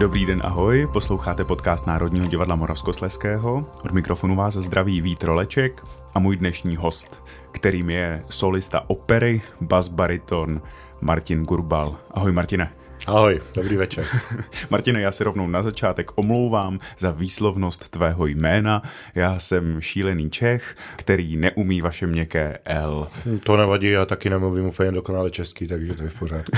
Dobrý den, ahoj, posloucháte podcast Národního divadla Moravskoslezského. Od mikrofonu vás zdraví Vít Roleček a můj dnešní host, kterým je solista opery, basbariton Martin Gurbal. Ahoj Martine. Ahoj, dobrý večer. Martine, já se rovnou na začátek omlouvám za výslovnost tvého jména. Já jsem šílený Čech, který neumí vaše měkké L. To nevadí, já taky nemluvím úplně dokonale česky, takže to je v pořádku.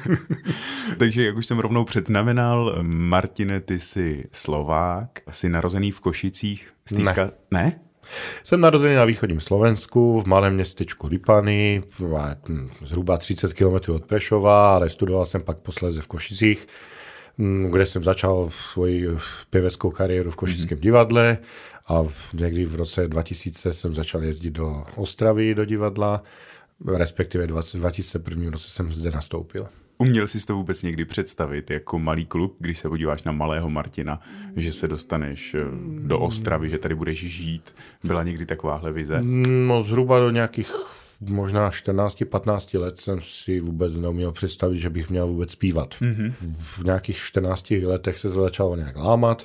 Takže jak už jsem rovnou předznamenal, Martine, ty jsi Slovák, jsi narozený v Košicích. Ne? Jsem narozený na východním Slovensku, v malém městečku Lipany, zhruba 30 km od Prešova, ale studoval jsem pak posléze v Košicích, kde jsem začal svoji pěveckou kariéru v Košickém divadle a někdy v roce 2000 jsem začal jezdit do Ostravy do divadla, respektive v 2001 roce jsem zde nastoupil. Uměl jsi to vůbec někdy představit jako malý kluk, když se podíváš na malého Martina, že se dostaneš do Ostravy, že tady budeš žít? Byla někdy takováhle vize? No zhruba do nějakých možná 14-15 let jsem si vůbec neuměl představit, že bych měl vůbec zpívat. Mm-hmm. V nějakých 14 letech se to začalo nějak lámat.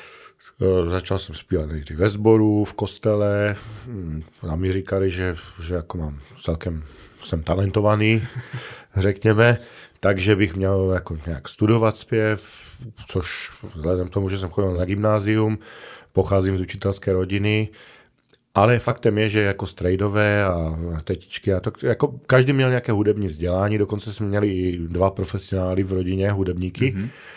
Začal jsem zpívat nejdřív ve sboru, v kostele. A mi říkali, že jako jsem talentovaný, řekněme. Takže bych měl jako nějak studovat zpěv, což vzhledem k tomu, že jsem chodil na gymnázium, pocházím z učitelské rodiny, ale faktem je, že jako strejdové a tetičky a to, jako každý měl nějaké hudební vzdělání, dokonce jsme měli i 2 profesionály v rodině, hudebníky,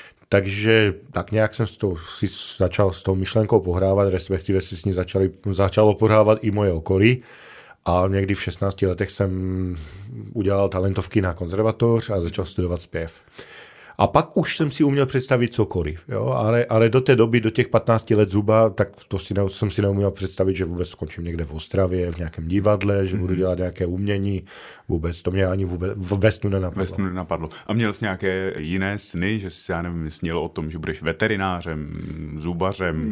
takže tak nějak jsem si začal s tou myšlenkou pohrávat, respektive si s ní začalo pohrávat i moje okolí. A někdy v 16 letech jsem udělal talentovky na konzervatoř a začal studovat zpěv. A pak už jsem si uměl představit cokoliv. Jo? Ale do té doby, do těch 15 let zhruba, tak jsem si neuměl představit, že vůbec skončím někde v Ostravě, v nějakém divadle, že budu dělat nějaké umění. Vůbec, to mě ani ve snu nenapadlo. A měl jsi nějaké jiné sny, že jsi se, já nevím, snil o tom, že budeš veterinářem, zubařem?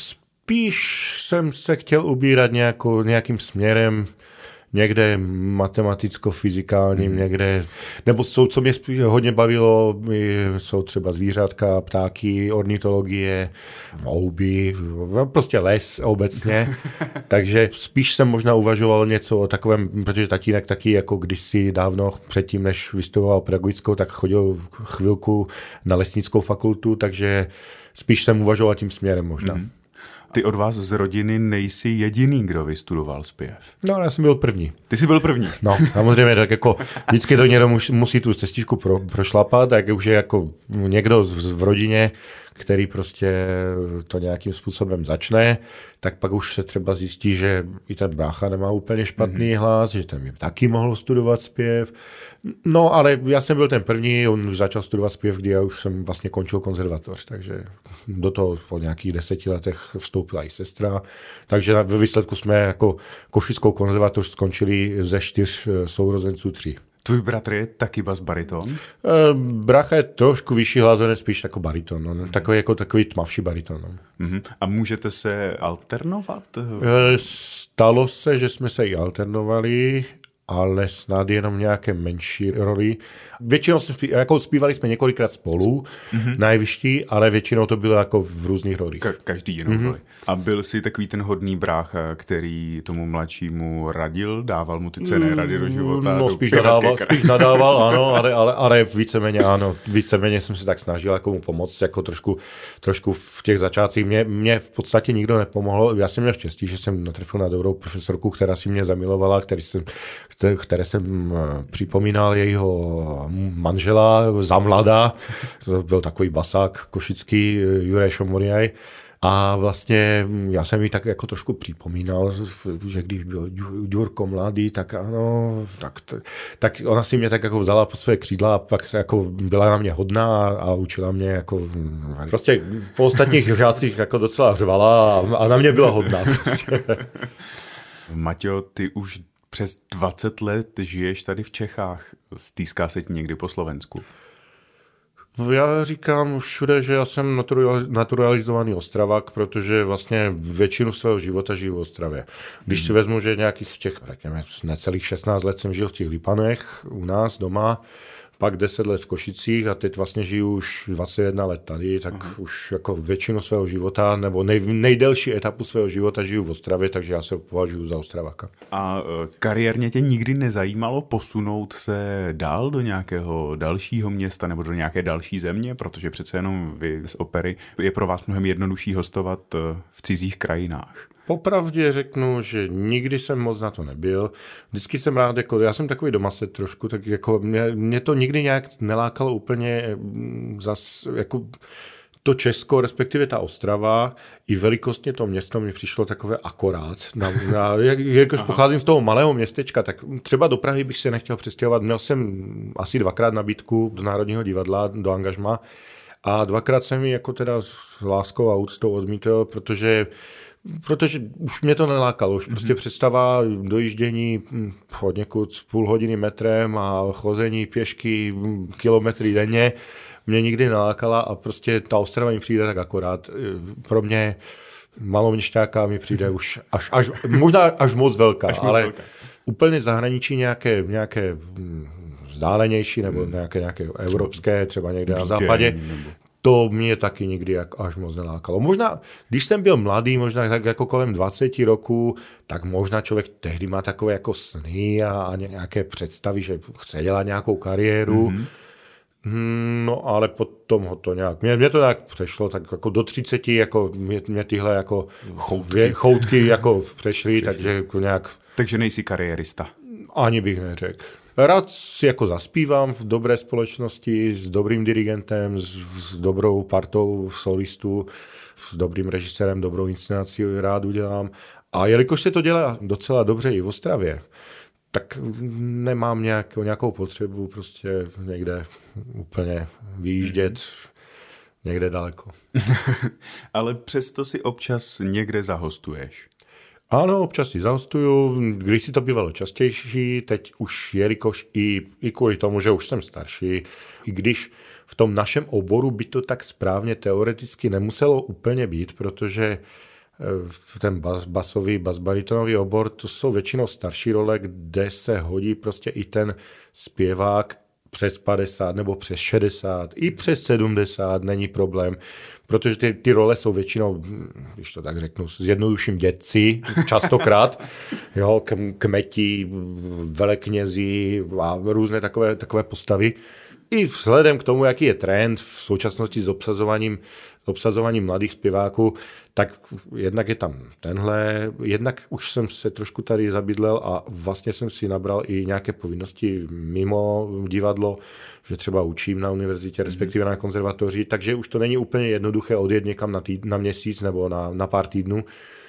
Spíš jsem se chtěl ubírat nějakým směrem, někde matematicko-fyzikálním, někde, nebo co mě hodně bavilo, jsou třeba zvířátka, ptáky, ornitologie, houby, prostě les obecně. Takže spíš jsem možná uvažoval něco o takovém, protože tatínek taky jako kdysi dávno předtím, než vystudoval pedagogickou, tak chodil chvilku na lesnickou fakultu, takže spíš jsem uvažoval tím směrem možná. Ty od vás z rodiny nejsi jediný, kdo vystudoval zpěv. No, ale já jsem byl první. Ty jsi byl první? No, samozřejmě, tak jako vždycky to někdo musí tu cestičku prošlapat, tak už je jako někdo v rodině, který prostě to nějakým způsobem začne, tak pak už se třeba zjistí, že i ten brácha nemá úplně špatný hlas, že ten by taky mohl studovat zpěv. No, ale já jsem byl ten první, on začal studovat zpěv, kdy já už jsem vlastně končil konzervatoř, takže do toho po nějakých 10 letech vstoupila i sestra. Takže ve výsledku jsme jako Košickou konzervatoř skončili ze 4 sourozenců 3. Tvůj bratr je taky basbariton? Brácha je trošku vyšší hlas, spíš jako bariton. No. Takový tmavší bariton. No. A můžete se alternovat? Stalo se, že jsme se i alternovali, ale snad jenom nějaké menší roli. Většinou zpívali jsme několikrát spolu na jevišti, ale většinou to bylo jako v různých rolích. Každý jinou roli. A byl jsi takový ten hodný brácha, který tomu mladšímu radil, dával mu ty cenné rady do života? No spíš nadával, ano, ale víceméně ano. Víceméně jsem se tak snažil jako mu pomoct, jako trošku v těch začátcích. Mě v podstatě nikdo nepomohl. Já jsem měl štěstí, že jsem natrefil na dobrou profesorku, která si mě zamilovala, které jsem připomínal jejího manžela za mladá. To byl takový basák košický, Juraj Šomoriaj. A vlastně já jsem jí tak jako trošku připomínal, že když byl Ďurko mladý, tak ano, tak ona si mě tak jako vzala po své křídla a pak jako byla na mě hodná a učila mě jako prostě po ostatních žácích jako docela řvala a na mě byla hodná. Maťo, ty už přes 20 let žiješ tady v Čechách. Stýská se ti někdy po Slovensku? Já říkám všude, že já jsem naturalizovaný Ostravák, protože vlastně většinu svého života žiju v Ostravě. Když si vezmu, že nějakých těch, řekněme, necelých 16 let jsem žil v těch Lipanech u nás doma, pak 10 let v Košicích a teď vlastně žiju už 21 let tady, tak už jako většinu svého života, nebo nejdelší etapu svého života žiju v Ostravě, takže já se považuji za Ostravaka. A kariérně tě nikdy nezajímalo posunout se dál do nějakého dalšího města nebo do nějaké další země, protože přece jenom vy z opery je pro vás mnohem jednodušší hostovat v cizích krajinách. Popravdě řeknu, že nikdy jsem moc na to nebyl. Vždycky jsem rád, jako, já jsem takový domaset trošku, tak jako mě to nikdy nějak nelákalo úplně zas, jako to Česko, respektive ta Ostrava, i velikostně to město mi přišlo takové akorát. Jakož pocházím z toho malého městečka, tak třeba do Prahy bych se nechtěl přestěhovat. Měl jsem asi 2krát nabídku do Národního divadla, do angažma a 2krát jsem ji jako teda s láskou a úctou odmítl, protože už mě to nelákalo. Už prostě představa dojíždění od někud půl hodiny metrem a chození pěšky kilometry denně mě nikdy nelákala a prostě ta Ostrava mi přijde tak akorát. Pro mě maloměšťáka mi přijde už možná až moc velká, ale úplně zahraničí nějaké vzdálenější nebo nějaké evropské, třeba někde na západě. To mě taky nikdy až moc nelákalo. Možná, když jsem byl mladý, možná tak jako kolem 20 roků, tak možná člověk tehdy má takové jako sny a nějaké představy, že chce dělat nějakou kariéru. No, ale potom ho to nějak... Mě to nějak přešlo, tak jako do 30, jako mě tyhle jako choutky jako přešly, takže jako nějak... Takže nejsi kariérista. Ani bych neřekl. Rád si jako zaspívám v dobré společnosti s dobrým dirigentem, s dobrou partou solistů, s dobrým režisérem, dobrou inscenací rád udělám. A jelikož se to dělá docela dobře i v Ostravě, tak nemám nějakou potřebu prostě někde úplně vyjíždět někde daleko. Ale přesto si občas někde zahostuješ. Ano, občas si zahostuju, když si to bývalo častější, teď už jelikož i kvůli tomu, že už jsem starší, i když v tom našem oboru by to tak správně teoreticky nemuselo úplně být, protože ten basbaritonový obor, to jsou většinou starší role, kde se hodí prostě i ten zpěvák přes 50 nebo přes 60, i přes 70 není problém, protože ty role jsou většinou, když to tak řeknu, s jednodušším dětci, častokrát, jo, kmeti, veleknězi a různé takové postavy. I vzhledem k tomu, jaký je trend v současnosti s obsazováním mladých zpěváků, tak jednak je tam tenhle, jednak už jsem se trošku tady zabydlel a vlastně jsem si nabral i nějaké povinnosti mimo divadlo, že třeba učím na univerzitě, respektive na konzervatoři, takže už to není úplně jednoduché odjet někam na měsíc nebo na pár týdnů.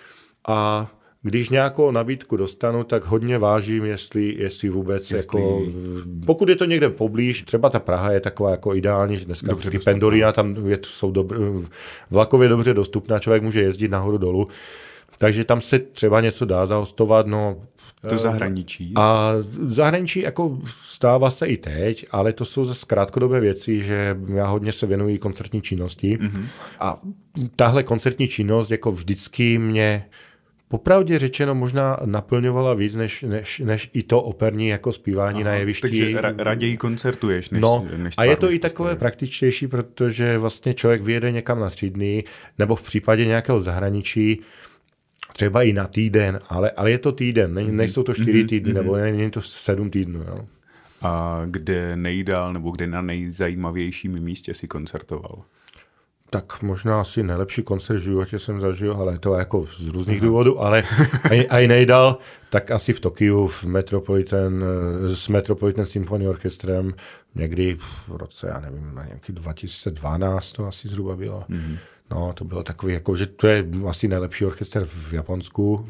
A když nějakou nabídku dostanu, tak hodně vážím, jestli vůbec jako... Pokud je to někde poblíž, třeba ta Praha je taková jako ideální, že dneska ty pendolina tam jsou vlakově dobře dostupná, člověk může jezdit nahoru dolů, takže tam se třeba něco dá zahostovat, no... To zahraničí. A zahraničí jako stává se i teď, ale to jsou zase krátkodobé věci, že já hodně se věnuji koncertní činnosti a tahle koncertní činnost jako vždycky mě popravdě řečeno možná naplňovala víc, než i to operní jako zpívání na jevišti. Takže raději koncertuješ, než a je to i takové praktičtější, protože vlastně člověk vyjede někam na 3 dny, nebo v případě nějakého zahraničí, třeba i na týden, ale je to týden, nejsou to 4 týdny, nebo není to 7 týdnů. Jo. A kde nejdál, nebo kde na nejzajímavějším místě si koncertoval? Tak možná asi nejlepší koncert v životě jsem zažil, ale to jako z různých důvodů, ale i nejdál, tak asi v Tokiu s Metropolitan Symphony Orchestrem někdy v roce, já nevím, nějaký 2012 to asi zhruba bylo. No, to bylo takový, jako, že to je asi nejlepší orchestr v Japonsku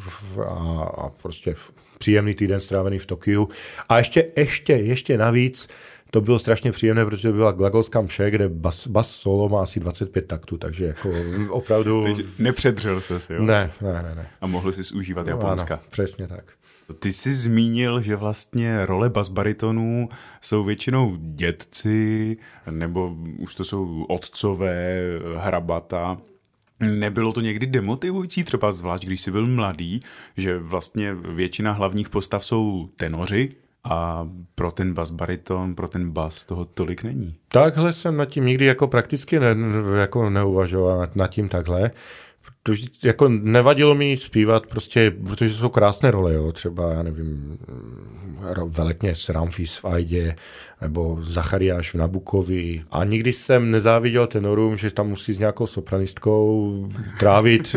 a prostě příjemný týden strávený v Tokiu. A ještě navíc to bylo strašně příjemné, protože to byla glagolská mše, kde bas solo má asi 25 taktů, takže jako opravdu... Teď nepředřel ses, jo? Ne. A mohl jsi užívat Japonska. Ano, přesně tak. Ty jsi zmínil, že vlastně role basbaritonů jsou většinou dětci, nebo už to jsou otcové, hrabata. Nebylo to někdy demotivující, třeba zvlášť, když jsi byl mladý, že vlastně většina hlavních postav jsou tenoři, a pro ten basbariton, pro ten bas toho tolik není. Takhle jsem nad tím nikdy jako prakticky neuvažoval nad tím takhle. Protože jako nevadilo mi zpívat prostě, protože jsou krásné role, jo. Třeba, já nevím, Velekněz Ramfis v Aidě, nebo Zachariáš v Nabukovi. A nikdy jsem nezáviděl tenorům, že tam musí s nějakou sopranistkou trávit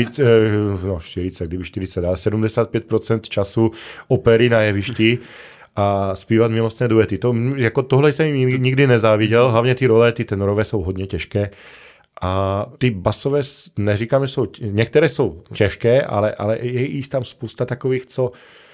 75% času opery na jevišti a zpívat milostné duety. Jako tohle jsem nikdy nezáviděl, hlavně ty role, ty tenorové jsou hodně těžké. A ty basové, neříkám, že některé jsou těžké, ale je jí tam spousta takových, co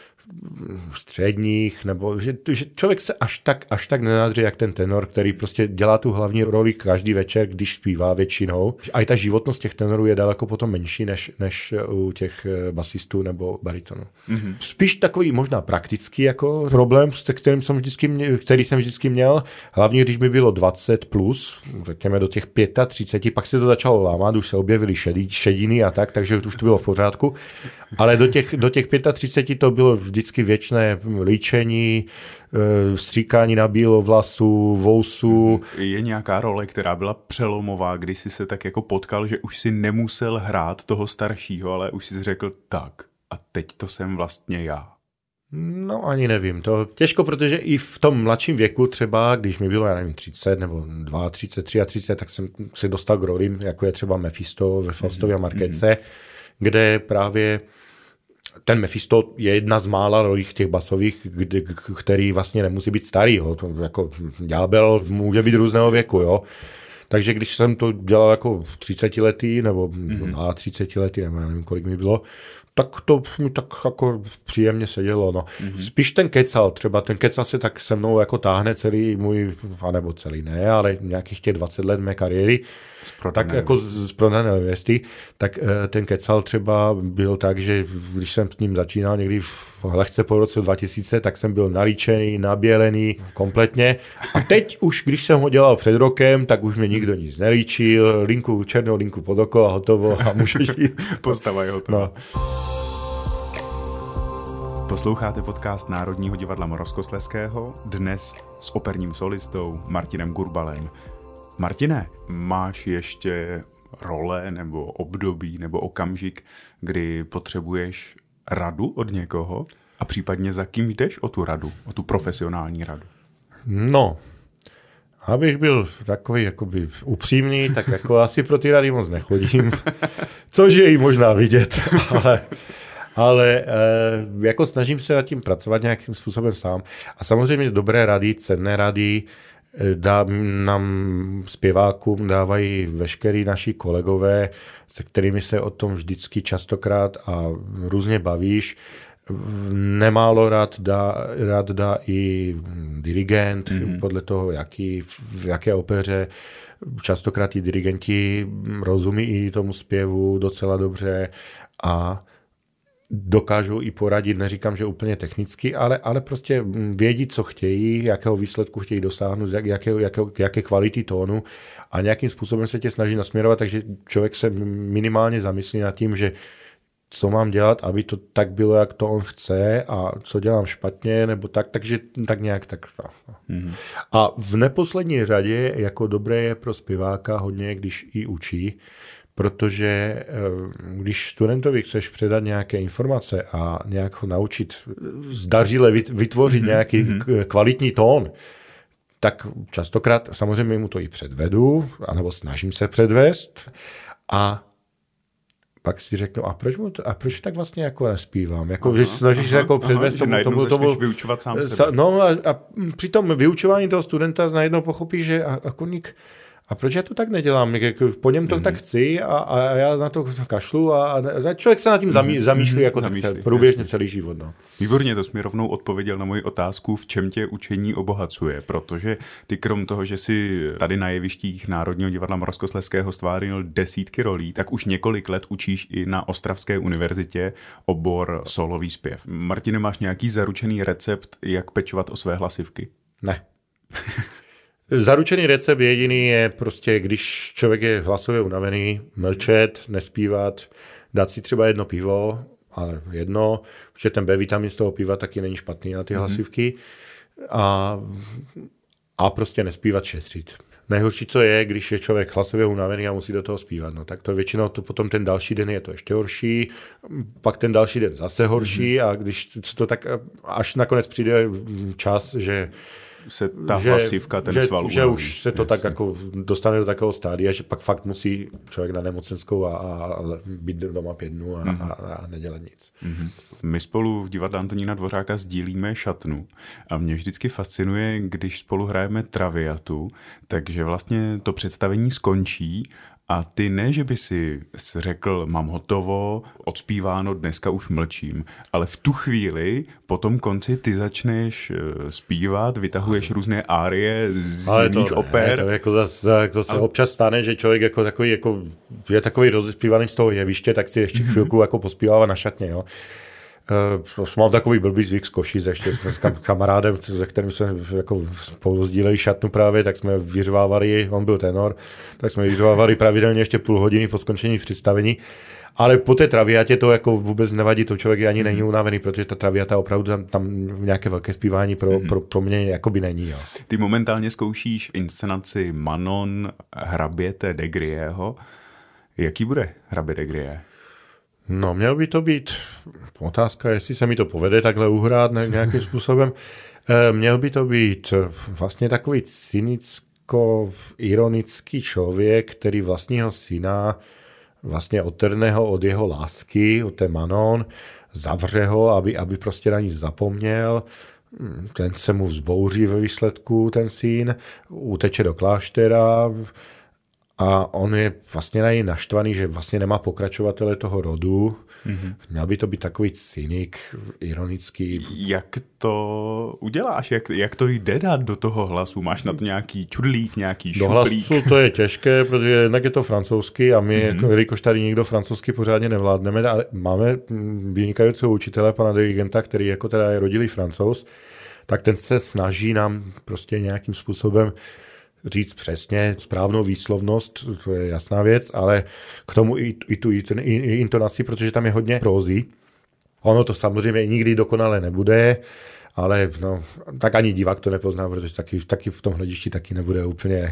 středních, nebo že člověk se až tak nenadří, jak ten tenor, který prostě dělá tu hlavní roli každý večer, když zpívá většinou. A i ta životnost těch tenorů je daleko potom menší, než u těch basistů nebo baritonů. Mm-hmm. Spíš takový možná praktický jako problém, který jsem vždycky měl, hlavně když mi bylo 20 plus, řekněme do těch 35, pak se to začalo lámat, už se objevily šediny a tak, takže už to bylo v pořádku, ale do těch 35 to bylo vždycky věčné líčení, stříkání na bílo vlasu, vousů. Je nějaká role, která byla přelomová, kdy jsi se tak jako potkal, že už si nemusel hrát toho staršího, ale už jsi řekl tak a teď to jsem vlastně já. No ani nevím, to těžko, protože i v tom mladším věku třeba, když mi bylo, já nevím, 30 nebo 32, 33, tak jsem se dostal k rolím, jako je třeba Mephisto ve Faustovi a Markétce, kde právě ten Mephisto je jedna z mála rolí těch basových, který vlastně nemusí být starý. Jo. To jako ďábel může být různého věku. Jo. Takže když jsem to dělal jako 30letý nebo 30letý, nebo nevím, kolik mi bylo, tak to mi tak jako příjemně sedělo. No. Spíš ten kecal, třeba ten kecal se tak se mnou jako táhne celý můj, anebo celý ne, ale nějakých těch 20 let mé kariéry, tak jako z prodané nevěsty, tak ten kecal třeba byl tak, že když jsem s ním začínal někdy lehce po roce 2000, tak jsem byl nalíčený, nabělený kompletně. A teď už, když jsem ho dělal před rokem, tak už mě nikdo nic nelíčil, černou linku pod oko a hotovo a můžeš jít. Postava je hotová. No. Posloucháte podcast Národního divadla Moravskoslezského, dnes s operním solistou Martinem Gurbalem. Martine, máš ještě role nebo období nebo okamžik, kdy potřebuješ radu od někoho a případně za kým jdeš o tu radu, o tu profesionální radu? No, abych byl takový jakoby upřímný, tak jako asi pro ty rady moc nechodím, což je i možná vidět, ale jako snažím se nad tím pracovat nějakým způsobem sám. A samozřejmě dobré rady, cenné rady nám zpěvákům dávají veškerý naši kolegové, se kterými se o tom vždycky častokrát a různě bavíš. Nemálo rád dá i dirigent, podle toho, v jaké opeře. Častokrát i dirigenti rozumí i tomu zpěvu docela dobře a dokážou i poradit, neříkám, že úplně technicky, ale prostě vědí, co chtějí, jakého výsledku chtějí dosáhnout, jaké kvality tónu a nějakým způsobem se tě snaží nasměrovat, takže člověk se minimálně zamyslí nad tím, že co mám dělat, aby to tak bylo, jak to on chce a co dělám špatně, nebo takže tak nějak tak. Mm-hmm. A v neposlední řadě jako dobré je pro zpěváka hodně, když i učí, protože když studentovi chceš předat nějaké informace a nějak ho naučit zdařile vytvořit nějaký kvalitní tón, tak častokrát samozřejmě mu to i předvedu, anebo snažím se předvést a pak si řeknu, a proč tak vlastně jako nespívám? Jako, že snažíš se jako předvést tomu vyučovat sám sebe. No a při tom vyučování toho studenta najednou pochopí, že a proč já to tak nedělám? Po něm to tak chci a já na to kašlu a člověk se nad tím zamýšlí jako průběžně celý život. No. Výborně, to jsi mi rovnou odpověděl na moji otázku, v čem tě učení obohacuje, protože ty krom toho, že jsi tady na jevištích Národního divadla Moravskoslezského stvárnil desítky rolí, tak už několik let učíš i na Ostravské univerzitě obor sólový zpěv. Martine, máš nějaký zaručený recept, jak pečovat o své hlasivky? Ne. Zaručený recept jediný je prostě, když člověk je hlasově unavený, mlčet, nespívat, dát si třeba jedno pivo, ale jedno, že ten B vitamin z toho piva taky není špatný na ty hlasivky a prostě nespívat, šetřit. Nejhorší, co je, když je člověk hlasově unavený a musí do toho zpívat. No, tak to většinou to potom ten další den je to ještě horší, pak ten další den zase horší a když to tak až nakonec přijde čas, že se ta hlasivka, ten sval unaví. Že už se to tak jako dostane do takového stádia, že pak fakt musí člověk na nemocenskou a být doma 5 dnů a nedělat nic. My spolu v divadle Antonína Dvořáka sdílíme šatnu a mě vždycky fascinuje, když spolu hrajeme Traviatu, takže vlastně to představení skončí a ty ne, že by si řekl, mám hotovo, odspíváno, dneska už mlčím, ale v tu chvíli, po tom konci, ty začneš zpívat, vytahuješ různé árie z jiných oper. To jako zase občas stane, že člověk jako takový, jako, je takový rozespívaný z toho jeviště, tak si ještě chvilku jako pospívává na šatně, jo. Mám takový blbý zvyk z Košic, ještě s kamarádem, se kterým jsme jako spolu sdíleli šatnu právě, tak jsme vyřvávali, on byl tenor, tak jsme vyřvávali pravidelně ještě půl hodiny po skončení představení. Ale po té traviatě to jako vůbec nevadí, to člověk ani není unavený, protože ta traviata opravdu tam nějaké velké zpívání pro mě jakoby není. Jo. Ty momentálně zkoušíš inscenaci Manon hraběte de Grieho. Jaký bude hrabě de Grie? No, měl by to být, otázka, jestli se mi to povede takhle uhrát nějakým způsobem, měl by to být vlastně takový cynicko-ironický člověk, který vlastního syna vlastně odtrhne ho od jeho lásky, od té Manon, zavře ho, aby prostě na nic zapomněl, ten se mu vzbouří ve výsledku, ten syn, uteče do kláštera, a on je vlastně na něj naštvaný, že vlastně nemá pokračovatele toho rodu. Měl by to být takový cynik, ironický. Jak to uděláš? Jak to jde dát do toho hlasu? Máš na to nějaký čudlík, nějaký šuplík? Do hlasu to je těžké, protože jednak je to francouzsky a my, jelikož tady nikdo francouzsky pořádně nevládneme, ale máme vynikajícího učitele, pana dirigenta, který jako teda je rodilý Francouz, tak ten se snaží nám prostě nějakým způsobem říct přesně správnou výslovnost, to je jasná věc, ale k tomu i tu intonaci, protože tam je hodně prózy. Ono to samozřejmě nikdy dokonale nebude, ale no, tak ani divák to nepozná, protože taky v tom hledišti taky nebude úplně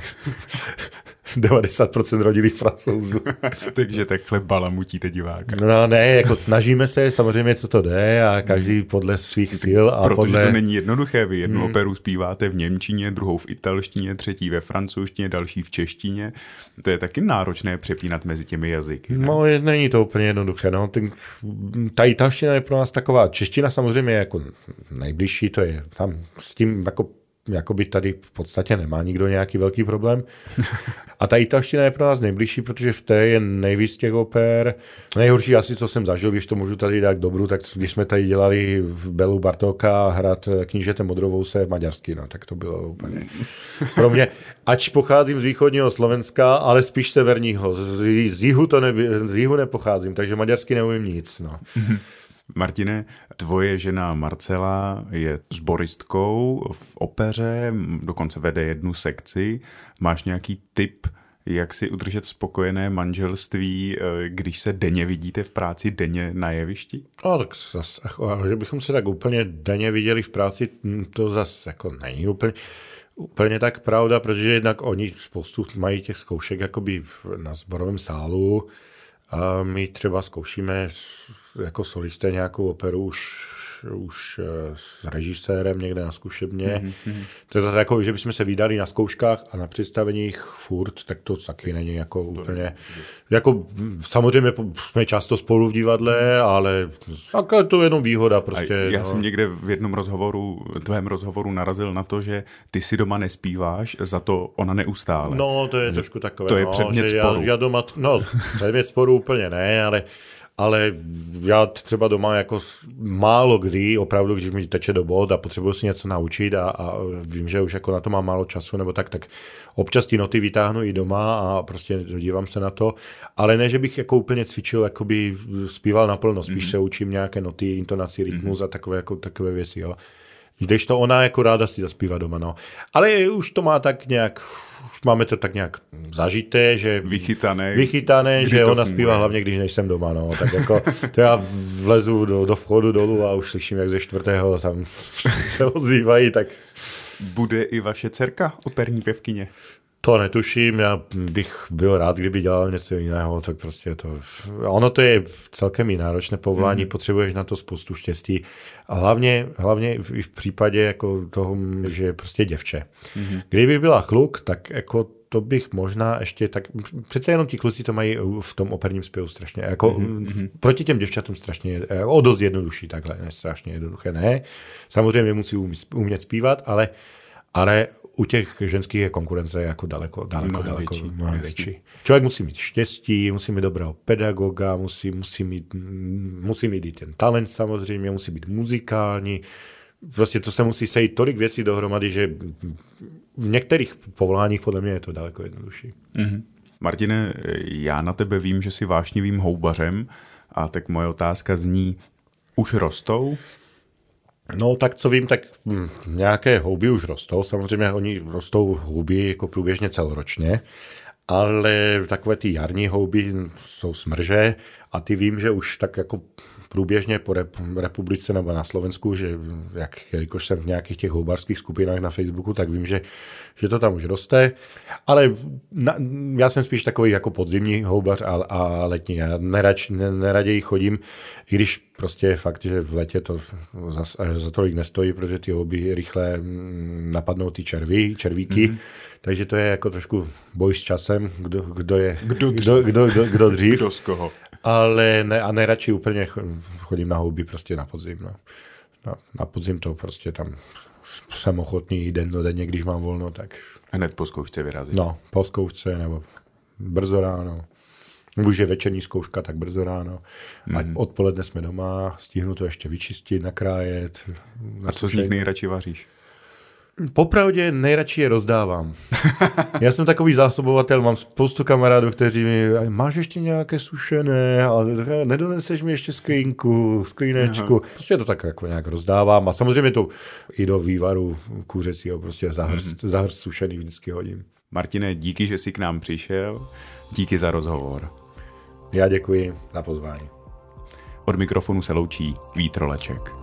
90% rodilých Francouzů. Takže takhle balamutíte diváka. No ne, jako snažíme se, samozřejmě co to jde a každý podle svých sil. A protože to není jednoduché, vy jednu operu zpíváte v němčině, druhou v italštině, třetí ve francouzštině, další v češtině. To je taky náročné přepínat mezi těmi jazyky. Ne? No, není to úplně jednoduché. No. Ta italština je pro nás taková, čeština samozřejmě je jako nejbližší, to je tam s tím jakoby tady v podstatě nemá nikdo nějaký velký problém. A ta italština je pro nás nejbližší, protože v té je nejvíc těch oper. Nejhorší asi, co jsem zažil, když to můžu tady dát k dobru, tak když jsme tady dělali v Belu Bartóka hrát Knížete Modrovouse v maďarsky, no, tak to bylo úplně pro mě. Ač pocházím z východního Slovenska, ale spíš severního. Z jihu nepocházím, takže maďarsky neumím nic. No. Martine, tvoje žena Marcela je sboristkou v opeře, dokonce vede jednu sekci. Máš nějaký tip, jak si udržet spokojené manželství, když se denně vidíte v práci, denně na jevišti? No, tak zase, že bychom se tak úplně denně viděli v práci, to zase jako není úplně tak pravda, protože jednak oni spoustu mají těch zkoušek jakoby na sborovém sálu. A my třeba zkoušíme jako solisté nějakou operu už s režisérem někde na zkušebně. To je zase jako, že bychom se vydali na zkouškách a na představeních furt, tak to taky není jako úplně... Jako samozřejmě jsme často spolu v divadle, ale to je jenom výhoda prostě. A já jsem někde v jednom tvém rozhovoru narazil na to, že ty si doma nespíváš, za to ona neustále. No, to je trošku takové. To je předmět sporu. Já doma, předmět sporu úplně ne, ale já třeba doma jako málo kdy, opravdu, když mi teče do bod a potřebuji si něco naučit a vím, že už jako na to mám málo času nebo tak občas ty noty vytáhnu i doma a prostě dívám se na to, ale ne, že bych jako úplně cvičil, jakoby zpíval naplno, spíš se učím nějaké noty, intonaci, rytmus a takové věci, jo. Když to ona jako ráda si zaspívá doma, no. Ale už to má tak nějak, už máme to tak nějak zažité, že vychytané, že ona zpívá hlavně, když nejsem doma, no. Tak jako to já vlezu do vchodu dolů a už slyším, jak ze 4. tam se ozývají, tak... Bude i vaše dcerka operní pěvkyně? To netuším, já bych byl rád, kdyby dělal něco jiného, tak prostě to... Ono to je celkem i náročné povolání, potřebuješ na to spoustu štěstí a hlavně v případě jako toho, že je prostě děvče. Kdyby byla kluk, tak jako to bych možná ještě tak... Přece jenom ti kluci to mají v tom operním zpěvu strašně, jako proti těm děvčatům strašně, o dost jednodušší takhle, ne strašně jednoduché, ne. Samozřejmě musí umět zpívat, ale u těch ženských je konkurence jako daleko větší. Člověk musí mít štěstí, musí mít dobrého pedagoga, musí mít i ten talent samozřejmě, musí být muzikální. Prostě to se musí sejít tolik věcí dohromady, že v některých povoláních podle mě je to daleko jednodušší. Martine, já na tebe vím, že jsi vášnivým houbařem a tak moje otázka zní, už rostou? No tak co vím, tak nějaké houby už rostou, samozřejmě oni rostou houby jako průběžně celoročně, ale takové ty jarní houby jsou smrže a ty vím, že už tak jako průběžně po republice nebo na Slovensku, že jelikož jsem v nějakých těch houbařských skupinách na Facebooku, tak vím, že to tam už roste, ale já jsem spíš takový jako podzimní houbař a letní. Já neraději chodím, i když prostě je fakt, že v letě to za tolik nestojí, protože ty houby rychle napadnou ty červíky, takže to je jako trošku boj s časem, kdo dřív. Kdo z koho. Ale nejradši úplně chodím na houby prostě na podzim. No. Na podzim to prostě tam jsem ochotný denně, když mám volno, tak... Hned po zkoušce vyrazit. No, po zkoušce nebo brzo ráno. Už je večerní zkouška, tak brzo ráno. A odpoledne jsme doma, stihnu to ještě vyčistit, nakrájet. A co z nich nejradši vaříš? Popravdě nejradši je rozdávám. Já jsem takový zásobovatel, mám spoustu kamarádů, kteří mi, máš ještě nějaké sušené a nedoneseš mi ještě sklínečku. Prostě to tak jako nějak rozdávám a samozřejmě to i do vývaru kuřecího prostě zahrst sušený vždycky hodím. Martine, díky, že jsi k nám přišel. Díky za rozhovor. Já děkuji za pozvání. Od mikrofonu se loučí Vít Roleček.